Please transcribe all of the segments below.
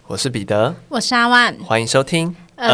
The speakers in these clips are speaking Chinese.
我是彼得， 我是阿万， 欢迎收听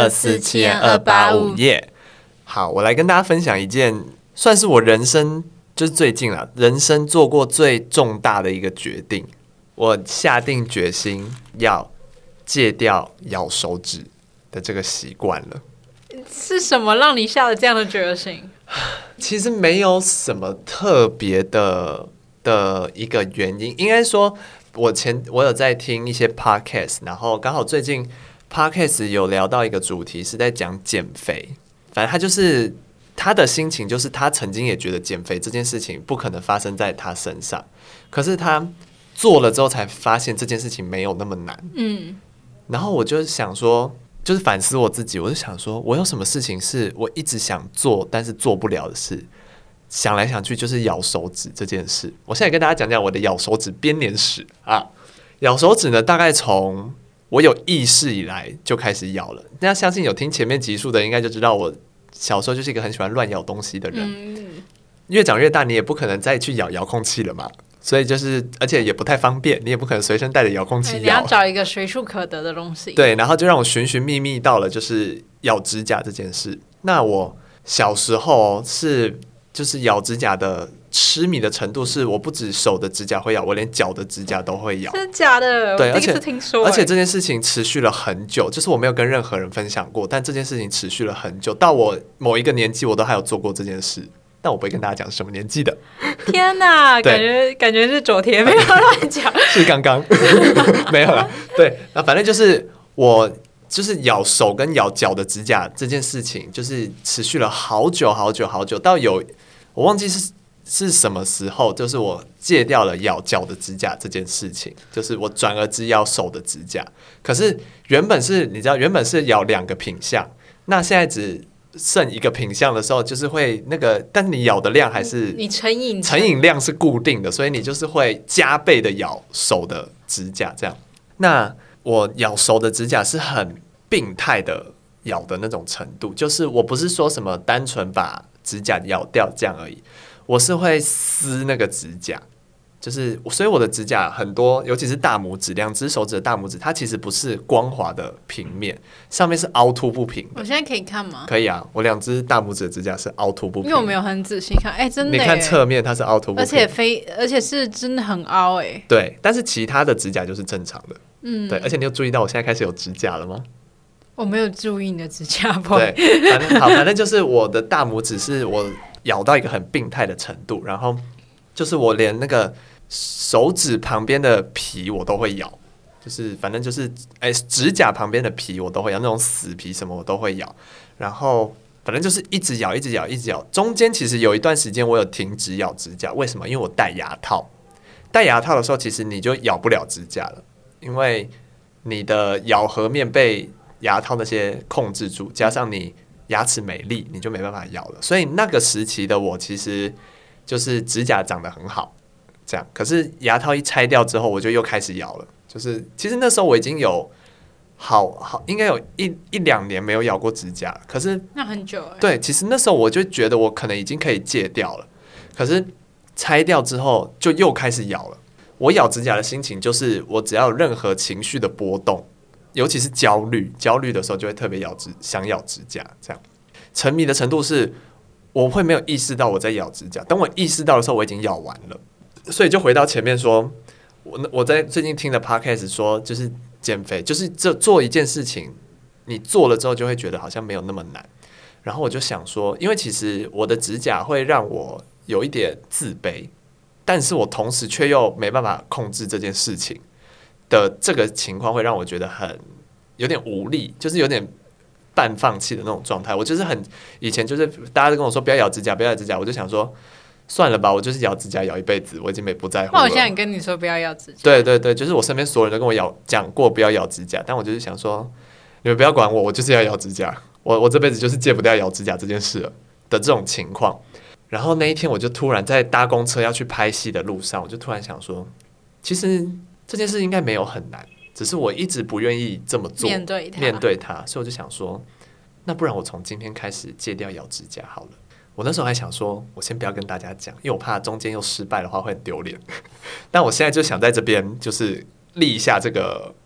247-285夜。好，我来跟大家分享一件算是我人生就是最近啦，人生做过最重大的一个决定。我下定决心要戒掉咬手指的这个习惯了。 是什么让你下了这样的决心？ 其实没有什么特别的一个原因，应该说我有在听一些 podcast， 然后刚好最近 podcast 有聊到一个主题是在讲减肥，反正他就是他的心情就是他曾经也觉得减肥这件事情不可能发生在他身上，可是他做了之后才发现这件事情没有那么难。然后我就想说，就是反思我自己，我就想说我有什么事情是我一直想做但是做不了的事，想来想去就是咬手指这件事。我现在跟大家讲讲我的咬手指编年史啊。咬手指呢，大概从我有意识以来就开始咬了。大家相信有听前面集数的应该就知道，我小时候就是一个很喜欢乱咬东西的人。越长越大，你也不可能再去咬遥控器了嘛，所以就是而且也不太方便，你也不可能随身带着遥控器咬。 你要找一个随处可得的东西。 对，然后就让我寻寻觅觅到了就是咬指甲这件事。那我小时候就是咬指甲的痴迷的程度，是我不止手的指甲会咬，我连脚的指甲都会咬。 真的假的？ 对， 我第一次听说。 而且这件事情持续了很久，就是我没有跟任何人分享过，但这件事情持续了很久，到我某一个年纪，我都还有做过这件事，但我不会跟大家讲是什么年纪的。 天哪，感觉是昨天，没有乱讲， 是刚刚没有啦。对，那反正就是我。就是咬手跟咬脚的指甲这件事情，就是持续了好久好久好久，到我忘记是什么时候，就是我戒掉了咬脚的指甲这件事情，就是我转而只咬手的指甲。可是原本是你知道，原本是咬2个品项，那现在只剩1个品项的时候，就是会那个，但是你咬的量还是你成瘾量是固定的，所以你就是会加倍的咬手的指甲这样。那我咬手的指甲是很病态的咬的那种程度，就是我不是说什么单纯把指甲咬掉这样而已，我是会撕那个指甲，就是所以我的指甲很多，尤其是大拇指，2只手指的大拇指，它其实不是光滑的平面，上面是凹凸不平的。 我现在可以看吗？ 可以啊，我2只大拇指的指甲是凹凸不平的， 因为我没有很仔细看，真的耶， 你看侧面它是凹凸不平， 而且是真的很凹哎。 对，但是其他的指甲就是正常的。对，而且你有注意到我现在开始有指甲了吗？ 我没有注意你的指甲。 对，反正就是我的大拇指是我咬到一个很病态的程度，然后就是我连那个手指旁边的皮我都会咬，就是反正就是指甲旁边的皮我都会咬，那种死皮什么我都会咬，然后反正就是一直咬一直咬一直咬。中间其实有一段时间我有停止咬指甲，为什么？因为我戴牙套。戴牙套的时候，其实你就咬不了指甲了，因为你的咬合面被牙套那些控制住，加上你牙齿没力，你就没办法咬了。所以那个时期的我，其实就是指甲长得很好，这样。可是牙套一拆掉之后，我就又开始咬了。就是其实那时候我已经有应该有一两年没有咬过指甲了。可是那很久欸。 对，其实那时候我就觉得我可能已经可以戒掉了。可是拆掉之后，就又开始咬了。我咬指甲的心情就是，我只要有任何情绪的波动，尤其是焦虑的时候，就会特别想咬指甲。这样沉迷的程度是，我会没有意识到我在咬指甲，等我意识到的时候，我已经咬完了。所以就回到前面说，我在最近听的 podcast 说，就是减肥，就是这做一件事情，你做了之后就会觉得好像没有那么难。然后我就想说，因为其实我的指甲会让我有一点自卑，但是我同时却又没办法控制这件事情的这个情况，会让我觉得有点无力，就是有点半放弃的那种状态。我就是以前就是大家都跟我说不要咬指甲，不要咬指甲，我就想说算了吧，我就是咬指甲咬一辈子，我已经不在乎了。 那我现在跟你说不要咬指甲。 对对对，就是我身边所有人都跟我讲过不要咬指甲，但我就是想说你们不要管我，我就是要咬指甲，我这辈子就是戒不掉咬指甲这件事了的这种情况。然后那一天我就突然在搭公车要去拍戏的路上，我就突然想说，其实这件事应该没有很难，只是我一直不愿意这么做，面对它，所以我就想说，那不然我从今天开始戒掉咬指甲好了。我那时候还想说，我先不要跟大家讲，因为我怕中间又失败的话会很丢脸。但我现在就想在这边就是立一下这个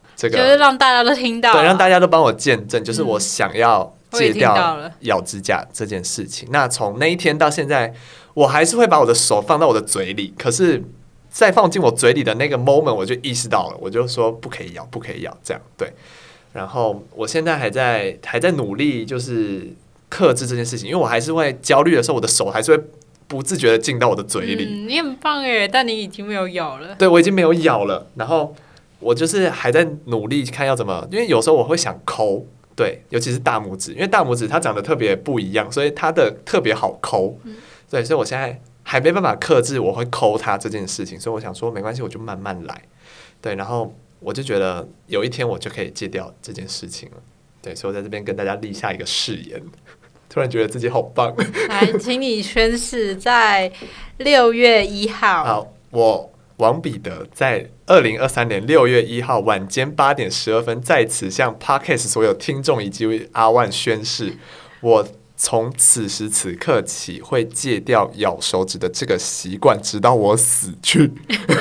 这个就是让大家都听到， 对，让大家都帮我见证，就是我想要戒掉咬指甲这件事情。那从那一天到现在，我还是会把我的手放到我的嘴里，可是再放进我嘴里的那个 moment， 我就意识到了，我就说不可以咬，不可以咬，这样对。然后我现在还在努力，就是克制这件事情，因为我还是会焦虑的时候，我的手还是会不自觉的进到我的嘴里。 你很棒耶，但你已经没有咬了。 对，我已经没有咬了，然后我就是还在努力看要怎么，因为有时候我会想抠，对，尤其是大拇指，因为大拇指它长得特别不一样，所以它的特别好抠。对，所以我现在还没办法克制我会抠它这件事情，所以我想说没关系，我就慢慢来。对，然后我就觉得有一天我就可以戒掉这件事情了。对，所以我在这边跟大家立下一个誓言。突然觉得自己好棒。 来，请你宣誓，在6月1号。 好，我王彼得在2023年6月1号晚间8点12分，在此向 Podcast 所有听众以及阿万宣誓，我从此时此刻起会戒掉咬手指的这个习惯，直到我死去。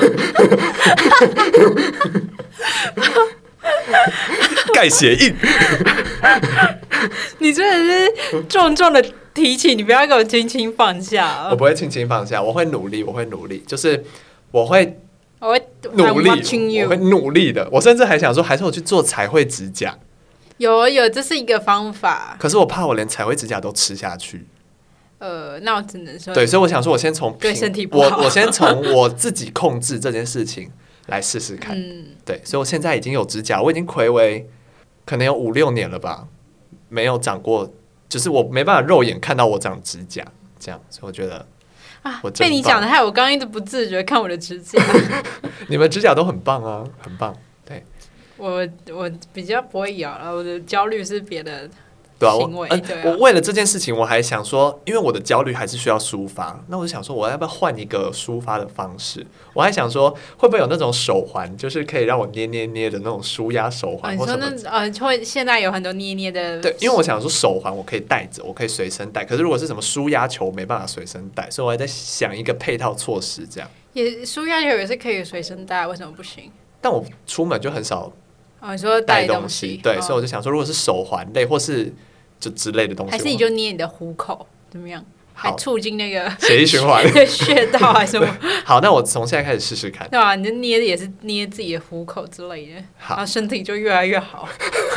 盖血印。 你真的是重重的提起，你不要给我轻轻放下。 我不会轻轻放下，我会努力，就是我会努力，我会努力的。我甚至还想说，还是我去做彩绘指甲。 有，这是一个方法。 可是我怕我连彩绘指甲都吃下去。 那我只能说， 对，所以我想说，我先从对身体不好， 我先从我自己控制这件事情来试试看。对，所以我现在已经有指甲，我已经睽违可能有5-6年了吧，没有长过，就是我没办法肉眼看到我长指甲，这样，所以我觉得我被你讲的害我刚刚一直不自觉看我的指甲。 你们指甲都很棒啊，很棒。对， 我比较不会咬了，我的焦虑是别的。 对啊，我为了这件事情，我还想说，因为我的焦虑还是需要抒发，那我就想说，我要不要换一个抒发的方式？我还想说，会不会有那种手环，就是可以让我捏捏的那种舒压手环？ 你说会现在有很多捏的。 对，因为我想说手环我可以带着，我可以随身带。可是如果是什么舒压球，没办法随身带，所以我还在想一个配套措施，这样。 舒压球也是可以随身带，为什么不行？ 但我出门就很少。 你说带东西，对，所以我就想说，如果是手环类或是就之类的东西， 还是你就捏你的虎口怎么样？还促进那个血液循环、 穴道还是什么？ 好，那我从现在开始试试看。 对啊，你就捏的也是捏自己的虎口之类的，然后身体就越来越好。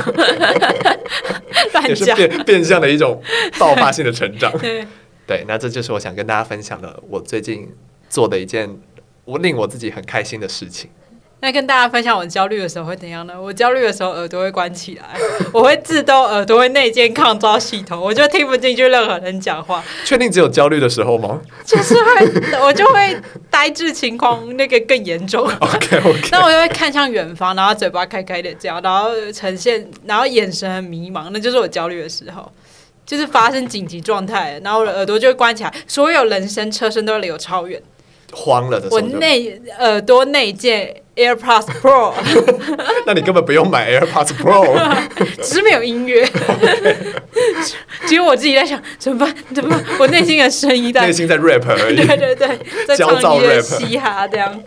也是变相的一种爆发性的成长。 对， 那这就是我想跟大家分享的，我最近做的一件令我自己很开心的事情。 那跟大家分享我焦虑的时候会怎样呢？我焦虑的时候耳朵会关起来，我会自动耳朵会内建抗噪系统，我就听不进去任何人讲话。 确定只有焦虑的时候吗？ 就是我就会呆滞情况那个更严重。 OK， 那我就会看向远方，然后嘴巴开开的这样，然后呈现，然后眼神很迷茫，那就是我焦虑的时候。就是发生紧急状态，然后我的耳朵就会关起来，所有人声、车声都离我超远。 慌了的时候， 我耳朵内建 AirPods Pro。 那你根本不用买 AirPods Pro， 只是没有音乐。只有我自己在想怎么办？我内心的声音在内心在 rap 而已。 对，在唱一些嘻哈这样。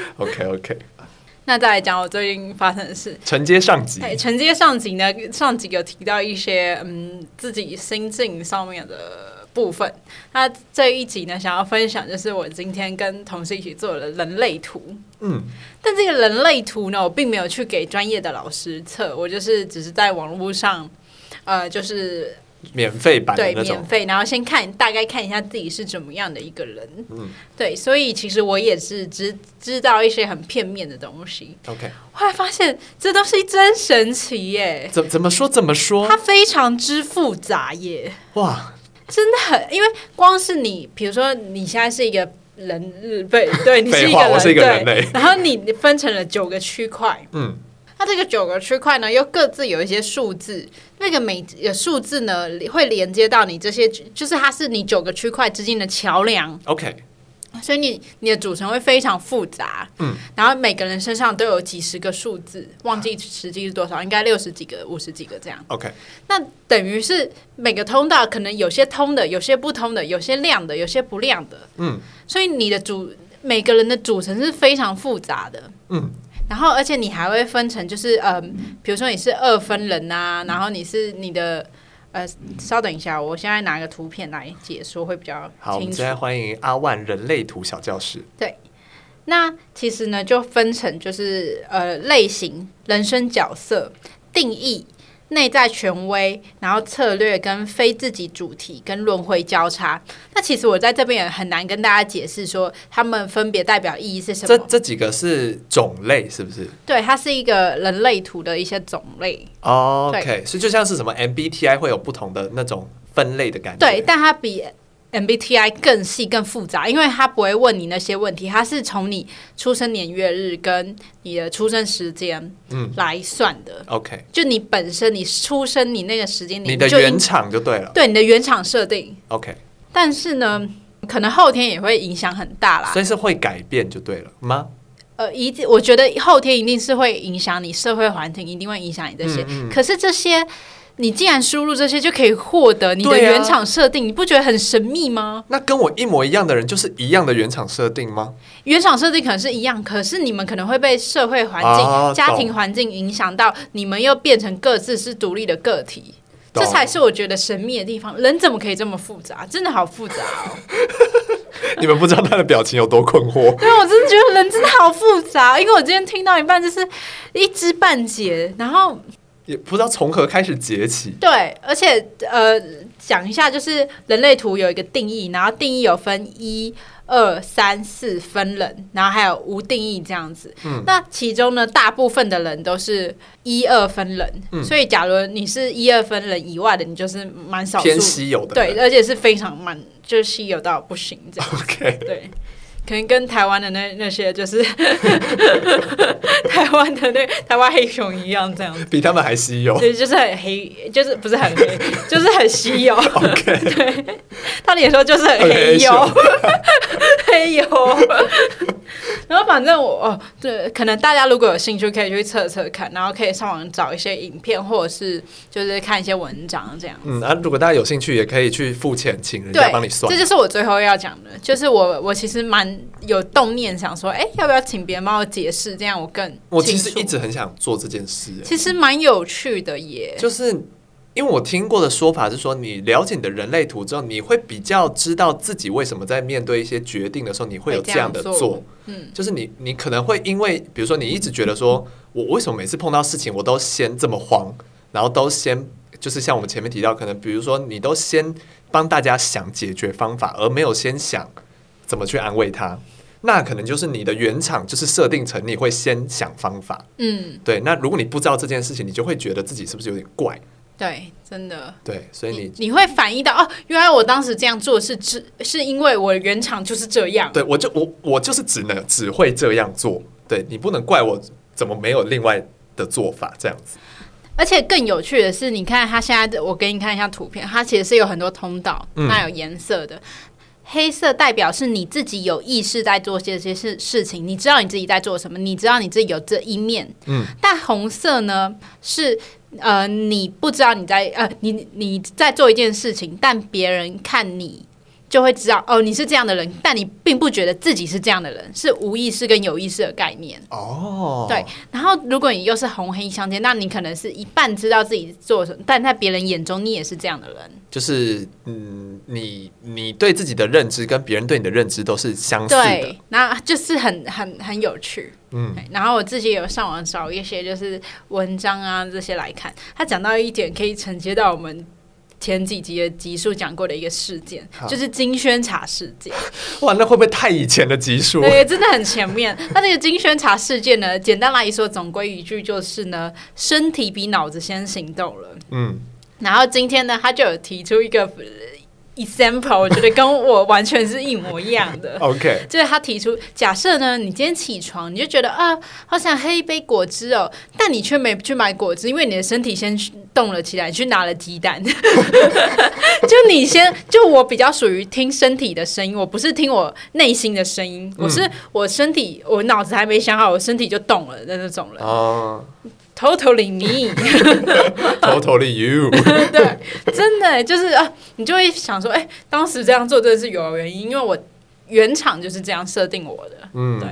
OK。 那再来讲我最近发生的事。 承接上集。 承接上集呢，上集有提到一些自己心境上面的部分。那这一集呢，想要分享就是我今天跟同事一起做的人类图。但这个人类图呢，我并没有去给专业的老师测，我就是只是在网络上，就是免费版的那种， 对，免费，然后先大概看一下自己是怎么样的一个人。对，所以其实我也是知道一些很片面的东西。 OK， 后来发现这东西真神奇耶！ 怎么说？ 它非常之复杂耶！ 哇， 真的很，因为光是你，比如说你现在是一个人，对，你是一个人， 我是一个人类， 然后你分成了9个区块，它这个9个区块呢，又各自有一些数字，那个每个数字呢会连接到你这些，就是它是你9个区块之间的桥梁。 OK， 所以你的组成会非常复杂，然后每个人身上都有几十个数字，忘记实际是多少，应该60几个、50几个这样。 OK， 那等于是每个通道可能有些通的，有些不通的，有些亮的，有些不亮的。所以你的每个人的组成是非常复杂的。 然后而且你还会分成就是比如说你是2分人啊，然后你的稍等一下，我现在拿个图片来解说会比较清楚。 好，我们现在欢迎阿万人类图小教室。 对，那其实呢就分成就是类型、人生角色、定义、内在权威，然后策略跟非自己主题跟轮回交叉。那其实我在这边也很难跟大家解释说他们分别代表意义是什么。 这几个是种类是不是？ 对，它是一个人类图的一些种类。 OK， 所以就像是什么 MBTI 会有不同的那种分类的感觉。 对，但它比MBTI 更细更复杂，因为它不会问你那些问题，它是从你出生年月日跟你的出生时间来算的。 OK， 就你本身你出生你那个时间点， 你的原厂就对了。 对，你的原厂设定。 OK， 但是呢，可能后天也会影响很大啦。 所以是会改变就对了吗？ 我觉得后天一定是会影响你社会环境，一定会影响你这些。可是这些，你既然输入这些就可以获得你的原厂设定，你不觉得很神秘吗？ 那跟我一模一样的人，就是一样的原厂设定吗？ 原厂设定可能是一样，可是你们可能会被社会环境、家庭环境影响到，你们又变成各自是独立的个体。这才是我觉得神秘的地方。人怎么可以这么复杂？真的好复杂哦！ 你们不知道他的表情有多困惑。 对，我真的觉得人真的好复杂，因为我今天听到一半就是一知半解，然后也不知道从何开始解起。 对，而且讲一下，就是人类图有一个定义，然后定义有分1、2、3、4分人，然后还有无定义这样子。那其中呢，大部分的人都是1、2分人，所以假如你是1、2分人以外的，你就是蛮少数偏稀有的人。 对，而且是非常就是稀有到不行这样。 OK， 对。可能跟台湾的那些就是台湾的台湾黑熊一样这样子， 比他们还稀有。 对，就是很黑，就是不是很黑，就是很稀有。 OK， 对，他们也说就是很黑油，黑油。然后反正对，可能大家如果有兴趣，可以去测测看，然后可以上网找一些影片，或者是就是看一些文章这样。 如果大家有兴趣，也可以去付钱，请人家帮你算。 这就是我最后要讲的，就是我其实蛮有动念想说，要不要请别人帮我解释，这样我更清楚。 我其实一直很想做这件事， 其实蛮有趣的耶。 就是因为我听过的说法是说，你了解你的人类图之后，你会比较知道自己为什么在面对一些决定的时候，你会有这样的做。就是你可能会因为，比如说你一直觉得说，我为什么每次碰到事情我都先这么慌，然后都先就是像我们前面提到，可能比如说你都先帮大家想解决方法，而没有先想怎么去安慰他。那可能就是你的原厂就是设定成你会先想方法。对。那如果你不知道这件事情，你就会觉得自己是不是有点怪。 对，真的。 对，所以你会反应到原来我当时这样做是因为我的原厂就是这样。 对，我就是只会这样做。对，你不能怪我怎么没有另外的做法这样子。 而且更有趣的是，你看它现在，我给你看一下图片，它其实是有很多通道，那有颜色的。黑色代表是你自己有意识在做这些事情，你知道你自己在做什么，你知道你自己有这一面。但红色呢是你不知道你在做一件事情，但别人看你就会知道你是这样的人，但你并不觉得自己是这样的人，是无意识跟有意识的概念。对。然后如果你又是红黑相间，那你可能是一半知道自己做什么，但在别人眼中你也是这样的人。 就是你对自己的认知跟别人对你的认知都是相似的。 对，那就是很有趣。然后我自己也有上网找一些就是文章啊这些来看，他讲到一点可以承接到我们前几集的集数讲过的一个事件，就是金萱茶事件。 哇，那会不会太以前的集数？ 对，真的很前面。那这个金萱茶事件呢，简单来说，总归一句就是呢，身体比脑子先行动了。然后今天呢，他就有提出一个example， 我觉得跟我完全是一模一样的。 OK， 就是他提出，假设呢，你今天起床，你就觉得好想喝一杯果汁哦，但你却没去买果汁，因为你的身体先动了起来，你去拿了鸡蛋。就我比较属于听身体的声音，我不是听我内心的声音，我身体，我脑子还没想好，我身体就动了的那种人。Totally me， Totally you 。 对，真的就是你就会想说，当时这样做真的是有原因，因为我原厂就是这样设定我的。对。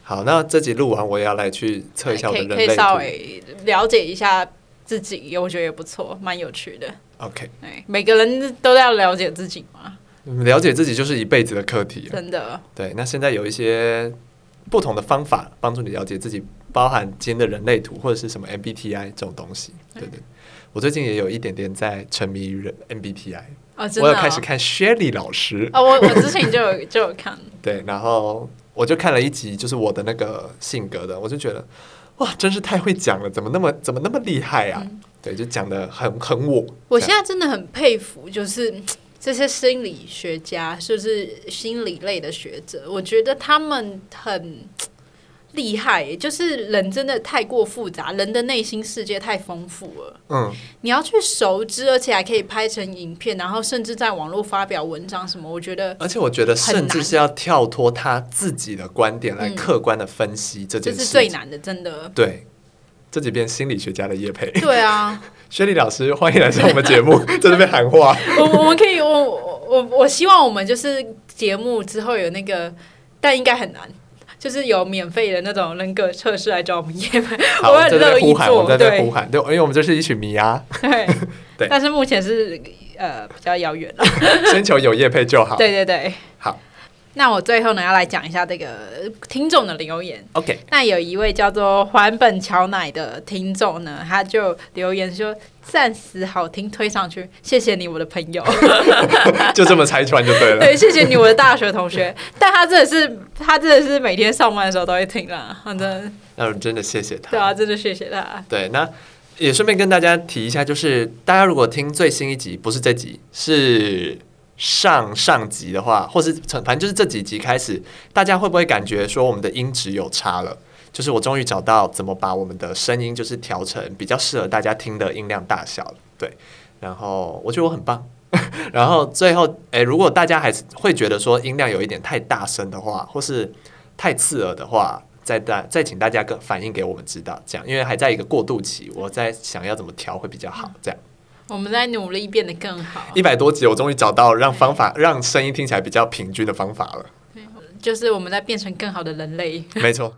好，那这集录完，我也要来去测一下我的人类图， 可以稍微了解一下自己，我觉得也不错，蛮有趣的。 OK， 每个人都要了解自己嘛， 了解自己就是一辈子的课题了， 真的。 对，那现在有一些不同的方法帮助你了解自己，包含今天的人类图或者是什么 MBTI 这种东西。对对，我最近也有一点点在沉迷于MBTI。 真的我有开始看 Shelly 老师我之前就有看， 对，然后我就看了一集，就是我的那个性格的，我就觉得哇，真是太会讲了，怎么那么厉害啊？对，就讲的很我。 我现在真的很佩服，就是这些心理学家，就是心理类的学者，我觉得他们很厉害，就是人真的太过复杂，人的内心世界太丰富了。你要去熟知，而且还可以拍成影片，然后甚至在网络发表文章什么，我觉得， 而且我觉得甚至是要跳脱他自己的观点来客观的分析这件事情， 这是最难的，真的。 对，这几篇心理学家的业配。 对啊， 薛丽老师欢迎来上我们节目，在这边喊话。 我们可以，我希望我们就是节目之后有那个，但应该很难。就是有免费的那种人格测试来找我们业配，我很乐意做。 我在这边呼喊，对，因为我们就是一群迷啊。 对，但是目前是比较遥远了。 先求有业配就好。 对对对， 好。 那我最后呢要来讲一下这个听众的留言。 OK， 那有一位叫做环本乔奶的听众呢，他就留言说：“暂时好听推上去，谢谢你，我的朋友。” 就这么拆穿就对了。 对，谢谢你，我的大学同学。但他真的是每天上班的时候都会听啦，真的。 那我真的谢谢他。 对啊，真的谢谢他。 对，那也顺便跟大家提一下，就是大家如果听最新一集，不是这集，是上集的话，或是反正就是这几集开始，大家会不会感觉说我们的音质有差了？就是我终于找到怎么把我们的声音就是调成比较适合大家听的音量大小了。对，然后我觉得我很棒。然后最后，如果大家还是会觉得说音量有一点太大声的话，或是太刺耳的话，再请大家反映给我们知道，这样，因为还在一个过渡期，我在想要怎么调会比较好，这样。 我们在努力变得更好。 100多集，我终于找到让声音听起来比较平均的方法了。 就是我们在变成更好的人类。 没错。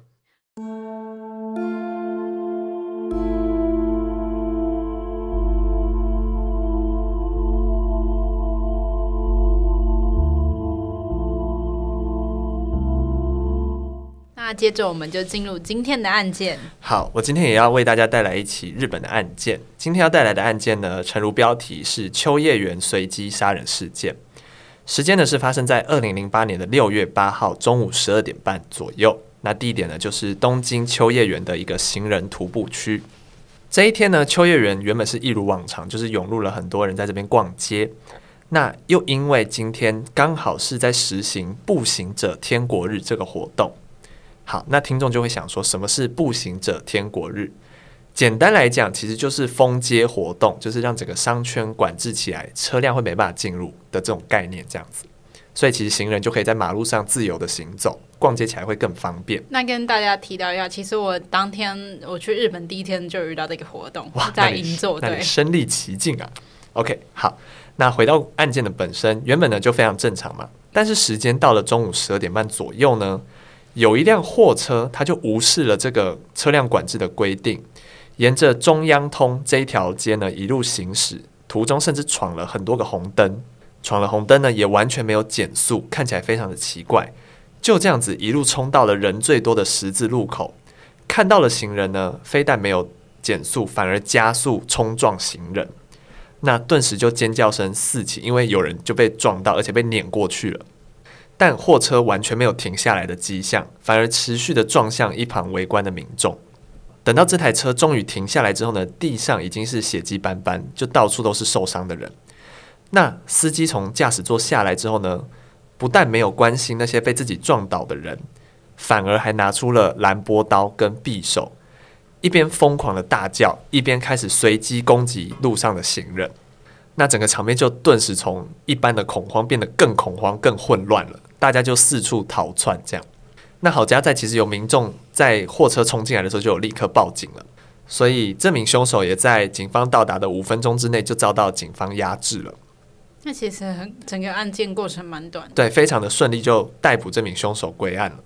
那接着我们就进入今天的案件。 好，我今天也要为大家带来一起日本的案件。今天要带来的案件呢，诚如标题是秋叶原随机杀人事件。时间呢是发生在2008年的6月8号中午12点半左右。那地点呢就是东京秋叶原的一个行人徒步区。这一天呢，秋叶原原本是一如往常，就是涌入了很多人在这边逛街。那又因为今天刚好是在实行步行者天国日这个活动。好，那听众就会想说，什么是步行者天国日？简单来讲，其实就是封街活动，就是让整个商圈管制起来，车辆会没办法进入的这种概念，这样子。所以其实行人就可以在马路上自由的行走，逛街起来会更方便。 那跟大家提到一下，其实我当天我去日本第一天就遇到这个活动，在银座， 那你身临其境啊。OK， 好，那回到案件的本身，原本呢就非常正常嘛，但是时间到了中午12点半左右呢，有一辆货车，它就无视了这个车辆管制的规定，沿着中央通这一条街呢一路行驶，途中甚至闯了很多个红灯，闯了红灯呢也完全没有减速，看起来非常的奇怪，就这样子一路冲到了人最多的十字路口，看到了行人呢，非但没有减速，反而加速冲撞行人，那顿时就尖叫声四起，因为有人就被撞到，而且被碾过去了。但货车完全没有停下来的迹象，反而持续的撞向一旁围观的民众。等到这台车终于停下来之后呢，地上已经是血迹斑斑，就到处都是受伤的人。那司机从驾驶座下来之后呢，不但没有关心那些被自己撞倒的人，反而还拿出了兰波刀跟匕首，一边疯狂的大叫，一边开始随机攻击路上的行人。那整个场面就顿时从一般的恐慌变得更恐慌、更混乱了，大家就四处逃窜这样。那好家在其实有民众在货车冲进来的时候就有立刻报警了，所以这名凶手也在警方到达的5分钟之内就遭到警方压制了。 那其实整个案件过程蛮短的， 对，非常的顺利就逮捕这名凶手归案了。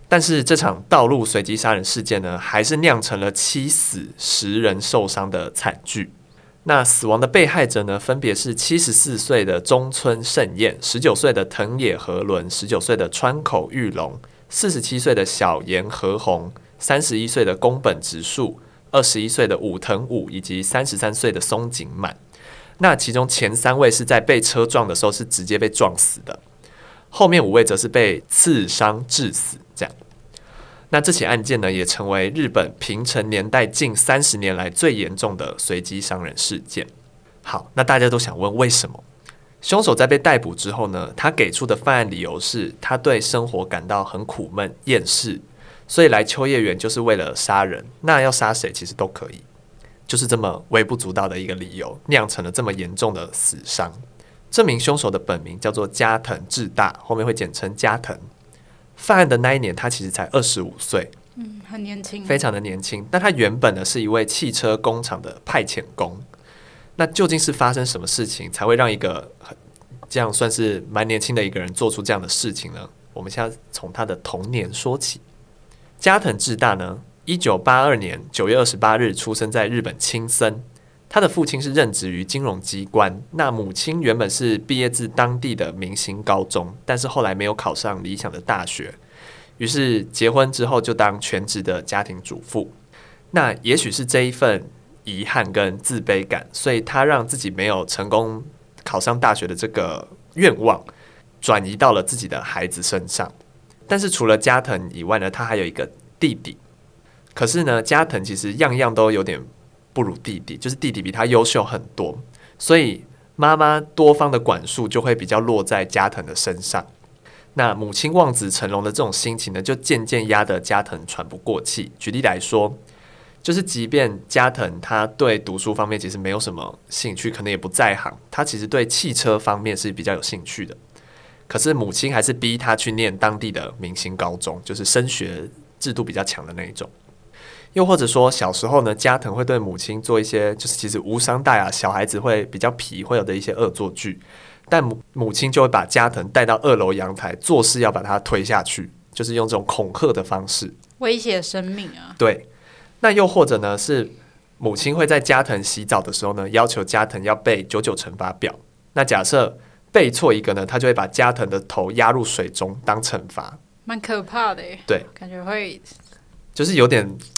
但是这场道路随机杀人事件呢，还是酿成了7死10人受伤的惨剧。那死亡的被害者呢，分别是74岁的中村盛彦、19岁的藤野和伦、19岁的川口裕龙、47岁的小岩和宏、31岁的宫本直树、21岁的武藤武以及33岁的松井满。那其中前3位是在被车撞的时候是直接被撞死的，后面5位则是被刺伤致死。这样，那这起案件呢，也成为日本平成年代近30年来最严重的随机伤人事件。好，那大家都想问为什么？凶手在被逮捕之后呢，他给出的犯案理由是他对生活感到很苦闷、厌世，所以来秋叶原就是为了杀人。那要杀谁其实都可以，就是这么微不足道的一个理由，酿成了这么严重的死伤。这名凶手的本名叫做加藤智大，后面会简称加藤。犯案的那一年，他其实才25岁， 很年轻， 非常的年轻。但他原本呢是一位汽车工厂的派遣工。那究竟是发生什么事情，才会让一个这样算是蛮年轻的一个人做出这样的事情呢？我们现在从他的童年说起。加藤智大呢，1982年9月28日出生在日本青森。他的父亲是任职于金融机关，那母亲原本是毕业自当地的明星高中，但是后来没有考上理想的大学，于是结婚之后就当全职的家庭主妇。那也许是这一份遗憾跟自卑感，所以他让自己没有成功考上大学的这个愿望转移到了自己的孩子身上。但是除了加藤以外呢，他还有一个弟弟。可是呢，加藤其实样样都有点不如弟弟，就是弟弟比他优秀很多，所以妈妈多方的管束就会比较落在加藤的身上。那母亲望子成龙的这种心情呢，就渐渐压得加藤喘不过气。举例来说，就是即便加藤他对读书方面其实没有什么兴趣，可能也不在行，他其实对汽车方面是比较有兴趣的。可是母亲还是逼他去念当地的明星高中，就是升学制度比较强的那一种。又或者说小时候呢，加藤会对母亲做一些就是其实无伤大雅，小孩子会比较皮会有的一些恶作剧，但母亲就会把加藤带到2楼阳台，做事要把他推下去，就是用这种恐吓的方式威胁生命啊。 对，那又或者呢，是母亲会在加藤洗澡的时候呢，要求加藤要背99乘法表。那假设背错一个呢，他就会把加藤的头压入水中当惩罚， 蛮可怕的耶。 对， 感觉会就是有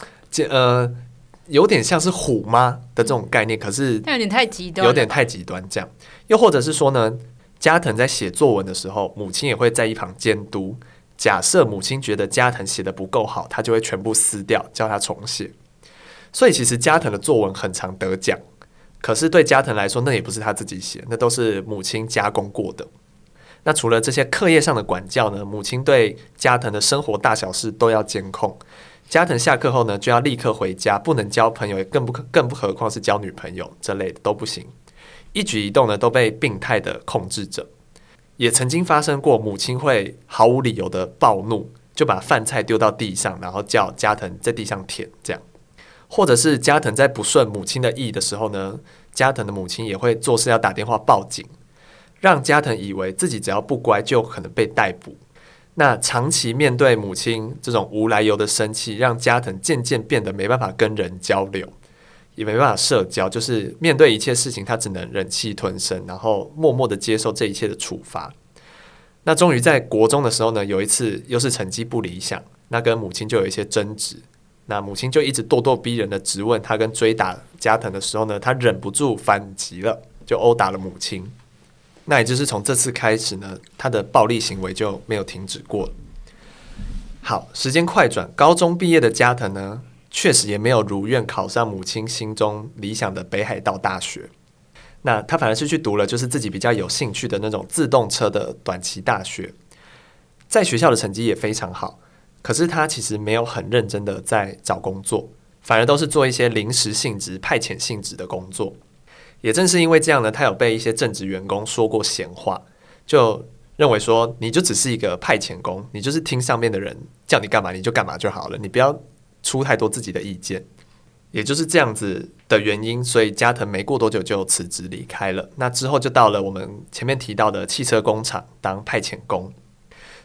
点像是虎妈的这种概念，可是但有点太极端， 有点太极端这样。又或者是说呢，加藤在写作文的时候，母亲也会在一旁监督。假设母亲觉得加藤写的不够好，他就会全部撕掉，叫他重写。所以其实加藤的作文很常得奖，可是对加藤来说，那也不是他自己写，那都是母亲加工过的。那除了这些课业上的管教呢，母亲对加藤的生活大小事都要监控。加藤下课后呢，就要立刻回家，不能交朋友，更不何况是交女朋友这类的都不行。一举一动呢都被病态的控制着。也曾经发生过，母亲会毫无理由的暴怒，就把饭菜丢到地上，然后叫加藤在地上舔，这样。或者是加藤在不顺母亲的意的时候呢，加藤的母亲也会做事要打电话报警，让加藤以为自己只要不乖就可能被逮捕。那长期面对母亲这种无来由的生气，让加藤渐渐变得没办法跟人交流，也没办法社交，就是面对一切事情他只能忍气吞声，然后默默的接受这一切的处罚。那终于在国中的时候呢，有一次又是成绩不理想，那跟母亲就有一些争执，那母亲就一直咄咄逼人的质问他跟追打加藤的时候呢，他忍不住反击了，就殴打了母亲。那也就是从这次开始呢，他的暴力行为就没有停止过了。好，时间快转，高中毕业的加藤呢，确实也没有如愿考上母亲心中理想的北海道大学。那他反而是去读了就是自己比较有兴趣的那种自动车的短期大学，在学校的成绩也非常好。可是他其实没有很认真的在找工作，反而都是做一些临时性质、派遣性质的工作。也正是因为这样呢，他有被一些正职员工说过闲话，就认为说你就只是一个派遣工，你就是听上面的人叫你干嘛你就干嘛就好了，你不要出太多自己的意见。也就是这样子的原因，所以加藤没过多久就辞职离开了。那之后就到了我们前面提到的汽车工厂当派遣工。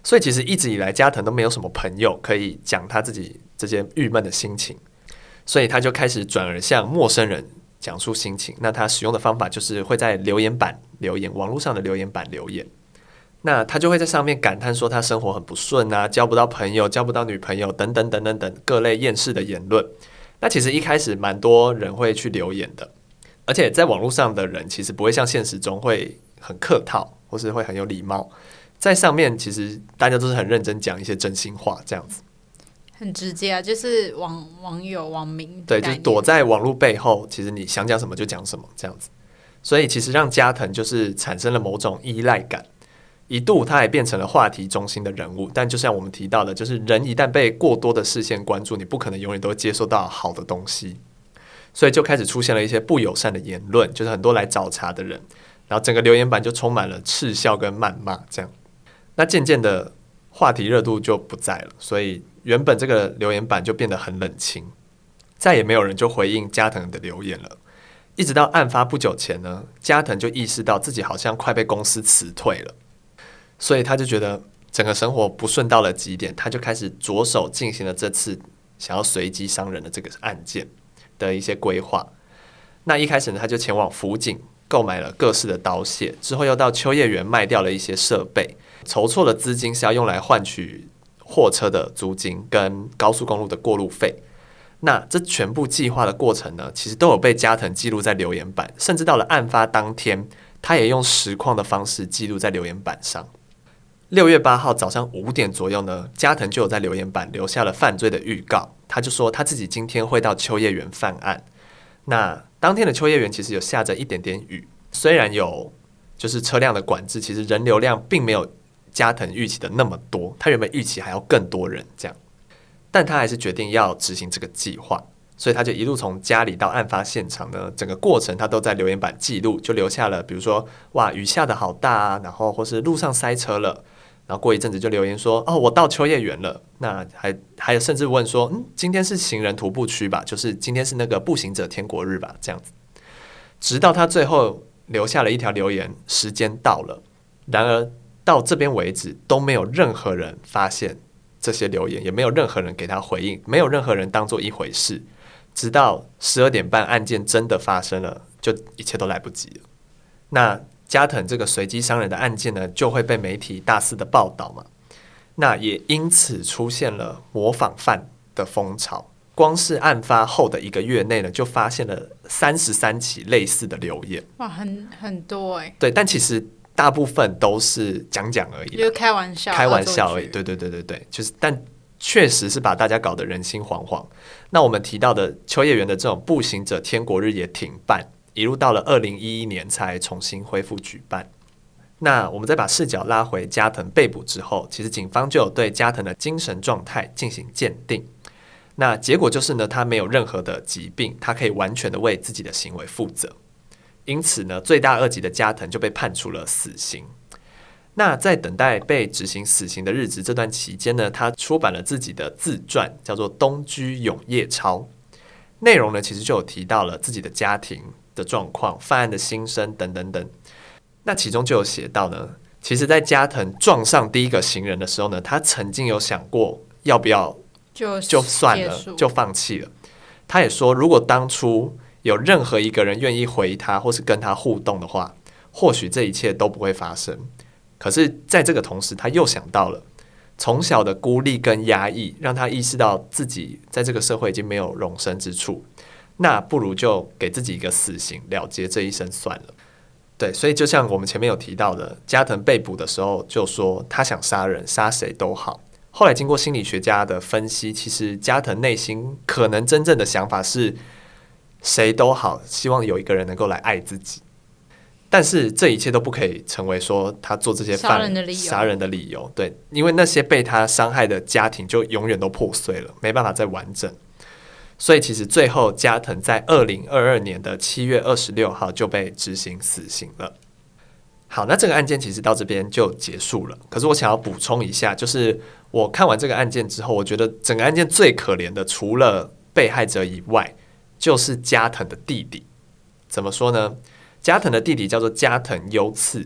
所以其实一直以来加藤都没有什么朋友可以讲他自己这些郁闷的心情，所以他就开始转而向陌生人讲述心情。那他使用的方法就是会在留言板留言，网络上的留言板留言。那他就会在上面感叹说他生活很不顺啊，交不到朋友，交不到女朋友等等等等等各类厌世的言论。那其实一开始蛮多人会去留言的，而且在网络上的人其实不会像现实中会很客套，或是会很有礼貌。在上面其实大家都是很认真讲一些真心话，这样子很直接啊，就是网友网民， 对，就是躲在网络背后，其实你想讲什么就讲什么这样子。所以其实让加藤就是产生了某种依赖感，一度他还变成了话题中心的人物。但就像我们提到的，就是人一旦被过多的视线关注，你不可能永远都接收到好的东西，所以就开始出现了一些不友善的言论，就是很多来找茬的人，然后整个留言板就充满了嗤笑跟谩骂这样。那渐渐的话题热度就不在了，所以原本这个留言板就变得很冷清，再也没有人就回应加藤的留言了。一直到案发不久前呢，加藤就意识到自己好像快被公司辞退了，所以他就觉得整个生活不顺到了极点，他就开始着手进行了这次想要随机伤人的这个案件的一些规划。那一开始呢，他就前往福井购买了各式的刀械，之后又到秋叶原卖掉了一些设备，筹措的资金是要用来换取货车的租金跟高速公路的过路费。那这全部计划的过程呢，其实都有被加藤记录在留言板，甚至到了案发当天，他也用实况的方式记录在留言板上。6月8号早上5点左右呢，加藤就有在留言板留下了犯罪的预告，他就说他自己今天会到秋叶原犯案。那当天的秋叶原其实有下着一点点雨，虽然有就是车辆的管制，其实人流量并没有加藤预期的那么多，他原本预期还要更多人这样，但他还是决定要执行这个计划，所以他就一路从家里到案发现场呢，整个过程他都在留言板记录，就留下了比如说哇雨下的好大啊，然后或是路上塞车了，然后过一阵子就留言说哦我到秋叶原了，那还有甚至问说今天是行人徒步区吧，就是今天是那个步行者天国日吧这样子，直到他最后留下了一条留言时间到了，然而到这边为止都没有任何人发现这些留言，也没有任何人给他回应，没有任何人当做一回事，直到12点半案件真的发生了，就一切都来不及了。那加藤这个随机伤人的案件呢，就会被媒体大肆的报道嘛，那也因此出现了模仿犯的风潮。光是案发后的1个月内呢，就发现了33起类似的留言。 哇，很多欸。 对，但其实大部分都是讲讲而已， 就是开玩笑而已。对，就是但确实是把大家搞得人心惶惶。那我们提到的秋叶原的这种步行者天国日也停办，一路到了2011年才重新恢复举办。那我们再把视角拉回加藤被捕之后，其实警方就有对加藤的精神状态进行鉴定。那结果就是呢，他没有任何的疾病，他可以完全的为自己的行为负责。因此呢，罪大恶极的加藤就被判处了死刑。那在等待被执行死刑的日子这段期间呢，他出版了自己的自传，叫做《东居永夜抄》。内容呢，其实就有提到了自己的家庭的状况、犯案的心声等等等。那其中就有写到呢，其实在加藤撞上第一个行人的时候呢，他曾经有想过要不要就算了，就放弃了。他也说，如果当初有任何一个人愿意回他或是跟他互动的话，或许这一切都不会发生。可是在这个同时，他又想到了从小的孤立跟压抑，让他意识到自己在这个社会已经没有容身之处，那不如就给自己一个死刑，了结这一生算了。对，所以就像我们前面有提到的，加藤被捕的时候就说他想杀人，杀谁都好。后来经过心理学家的分析，其实加藤内心可能真正的想法是谁都好，希望有一个人能够来爱自己。但是这一切都不可以成为说他做这些杀人的理由。对，因为那些被他伤害的家庭就永远都破碎了，没办法再完整。所以其实最后加藤在2022年的7月26号就被执行死刑了。好，那这个案件其实到这边就结束了。可是我想要补充一下，就是我看完这个案件之后，我觉得整个案件最可怜的，除了被害者以外，就是加藤的弟弟。怎么说呢？加藤的弟弟叫做加藤优次。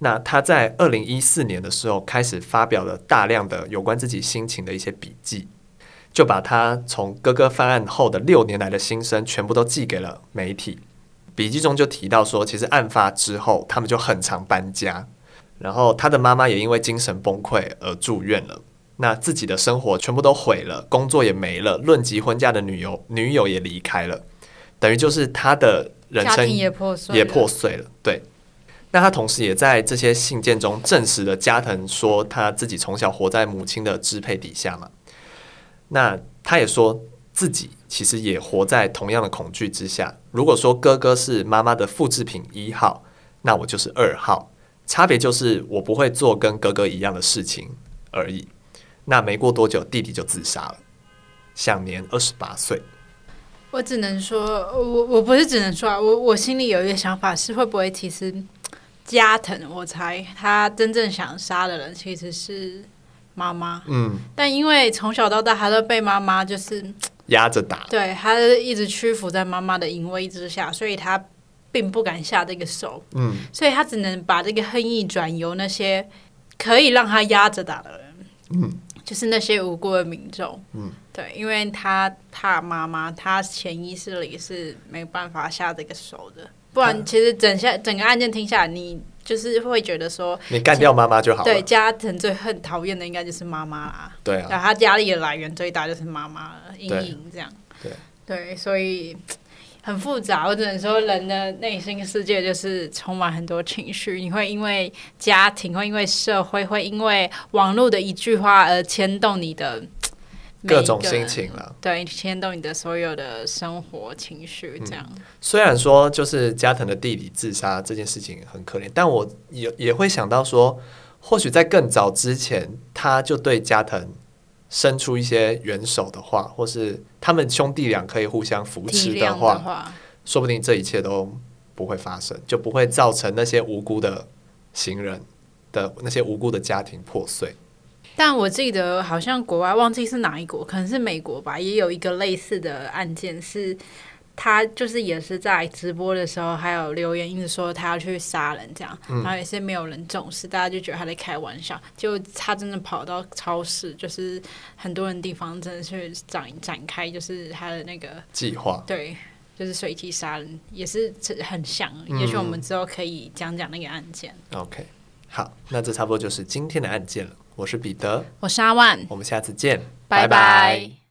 那他在2014年的时候开始发表了大量的有关自己心情的一些笔记，就把他从哥哥犯案后的6年来的心声全部都寄给了媒体。笔记中就提到说，其实案发之后他们就很常搬家，然后他的妈妈也因为精神崩溃而住院了，那自己的生活全部都毁了，工作也没了，论及婚嫁的女友也离开了，等于就是他的人生家庭也破碎了。 对，那他同时也在这些信件中证实了加藤说他自己从小活在母亲的支配底下嘛。那他也说自己其实也活在同样的恐惧之下。如果说哥哥是妈妈的复制品1号，那我就是2号，差别就是我不会做跟哥哥一样的事情而已。那没过多久，弟弟就自杀了，享年28岁。 我只能说，我不是只能说啊，我心里有一个想法是，会不会其实加藤，我猜他真正想杀的人其实是妈妈。但因为从小到大他都被妈妈就是压着打， 对，他一直屈服在妈妈的淫威之下，所以他并不敢下这个手。所以他只能把这个恨意转由那些可以让他压着打的人。就是那些无辜的民众。对，因为他怕妈妈，他潜意识里是没办法下这个手的。不然，其实整个案件听下来，你就是会觉得说， 你干掉妈妈就好了。 对，加藤最讨厌的应该就是妈妈啦。 对啊， 然后他压力的来源最大就是妈妈了，阴影这样。对，所以很复杂。我只能说，人的内心世界就是充满很多情绪。你会因为家庭，会因为社会，会因为网络的一句话而牵动你的各种心情了。 对，牵动你的所有的生活情绪这样。 虽然说就是加藤的弟弟自杀这件事情很可怜，但我也会想到说，或许在更早之前，他就对加藤伸出一些援手的话，或是他们兄弟俩可以互相扶持的话，说不定这一切都不会发生，就不会造成那些无辜的行人的那些无辜的家庭破碎。 但我记得好像国外忘记是哪一国，可能是美国吧，也有一个类似的案件，是他就是也是在直播的时候，还有留言一直说他要去杀人这样，然后也是没有人重视，大家就觉得他在开玩笑。就他真的跑到超市，就是很多人地方真的去展开，就是他的那个计划。 对，就是随机杀人，也是很像。也许我们之后可以讲讲那个案件。 OK， 好，那这差不多就是今天的案件了。我是彼得， 我是阿万， 我们下次见， 拜拜。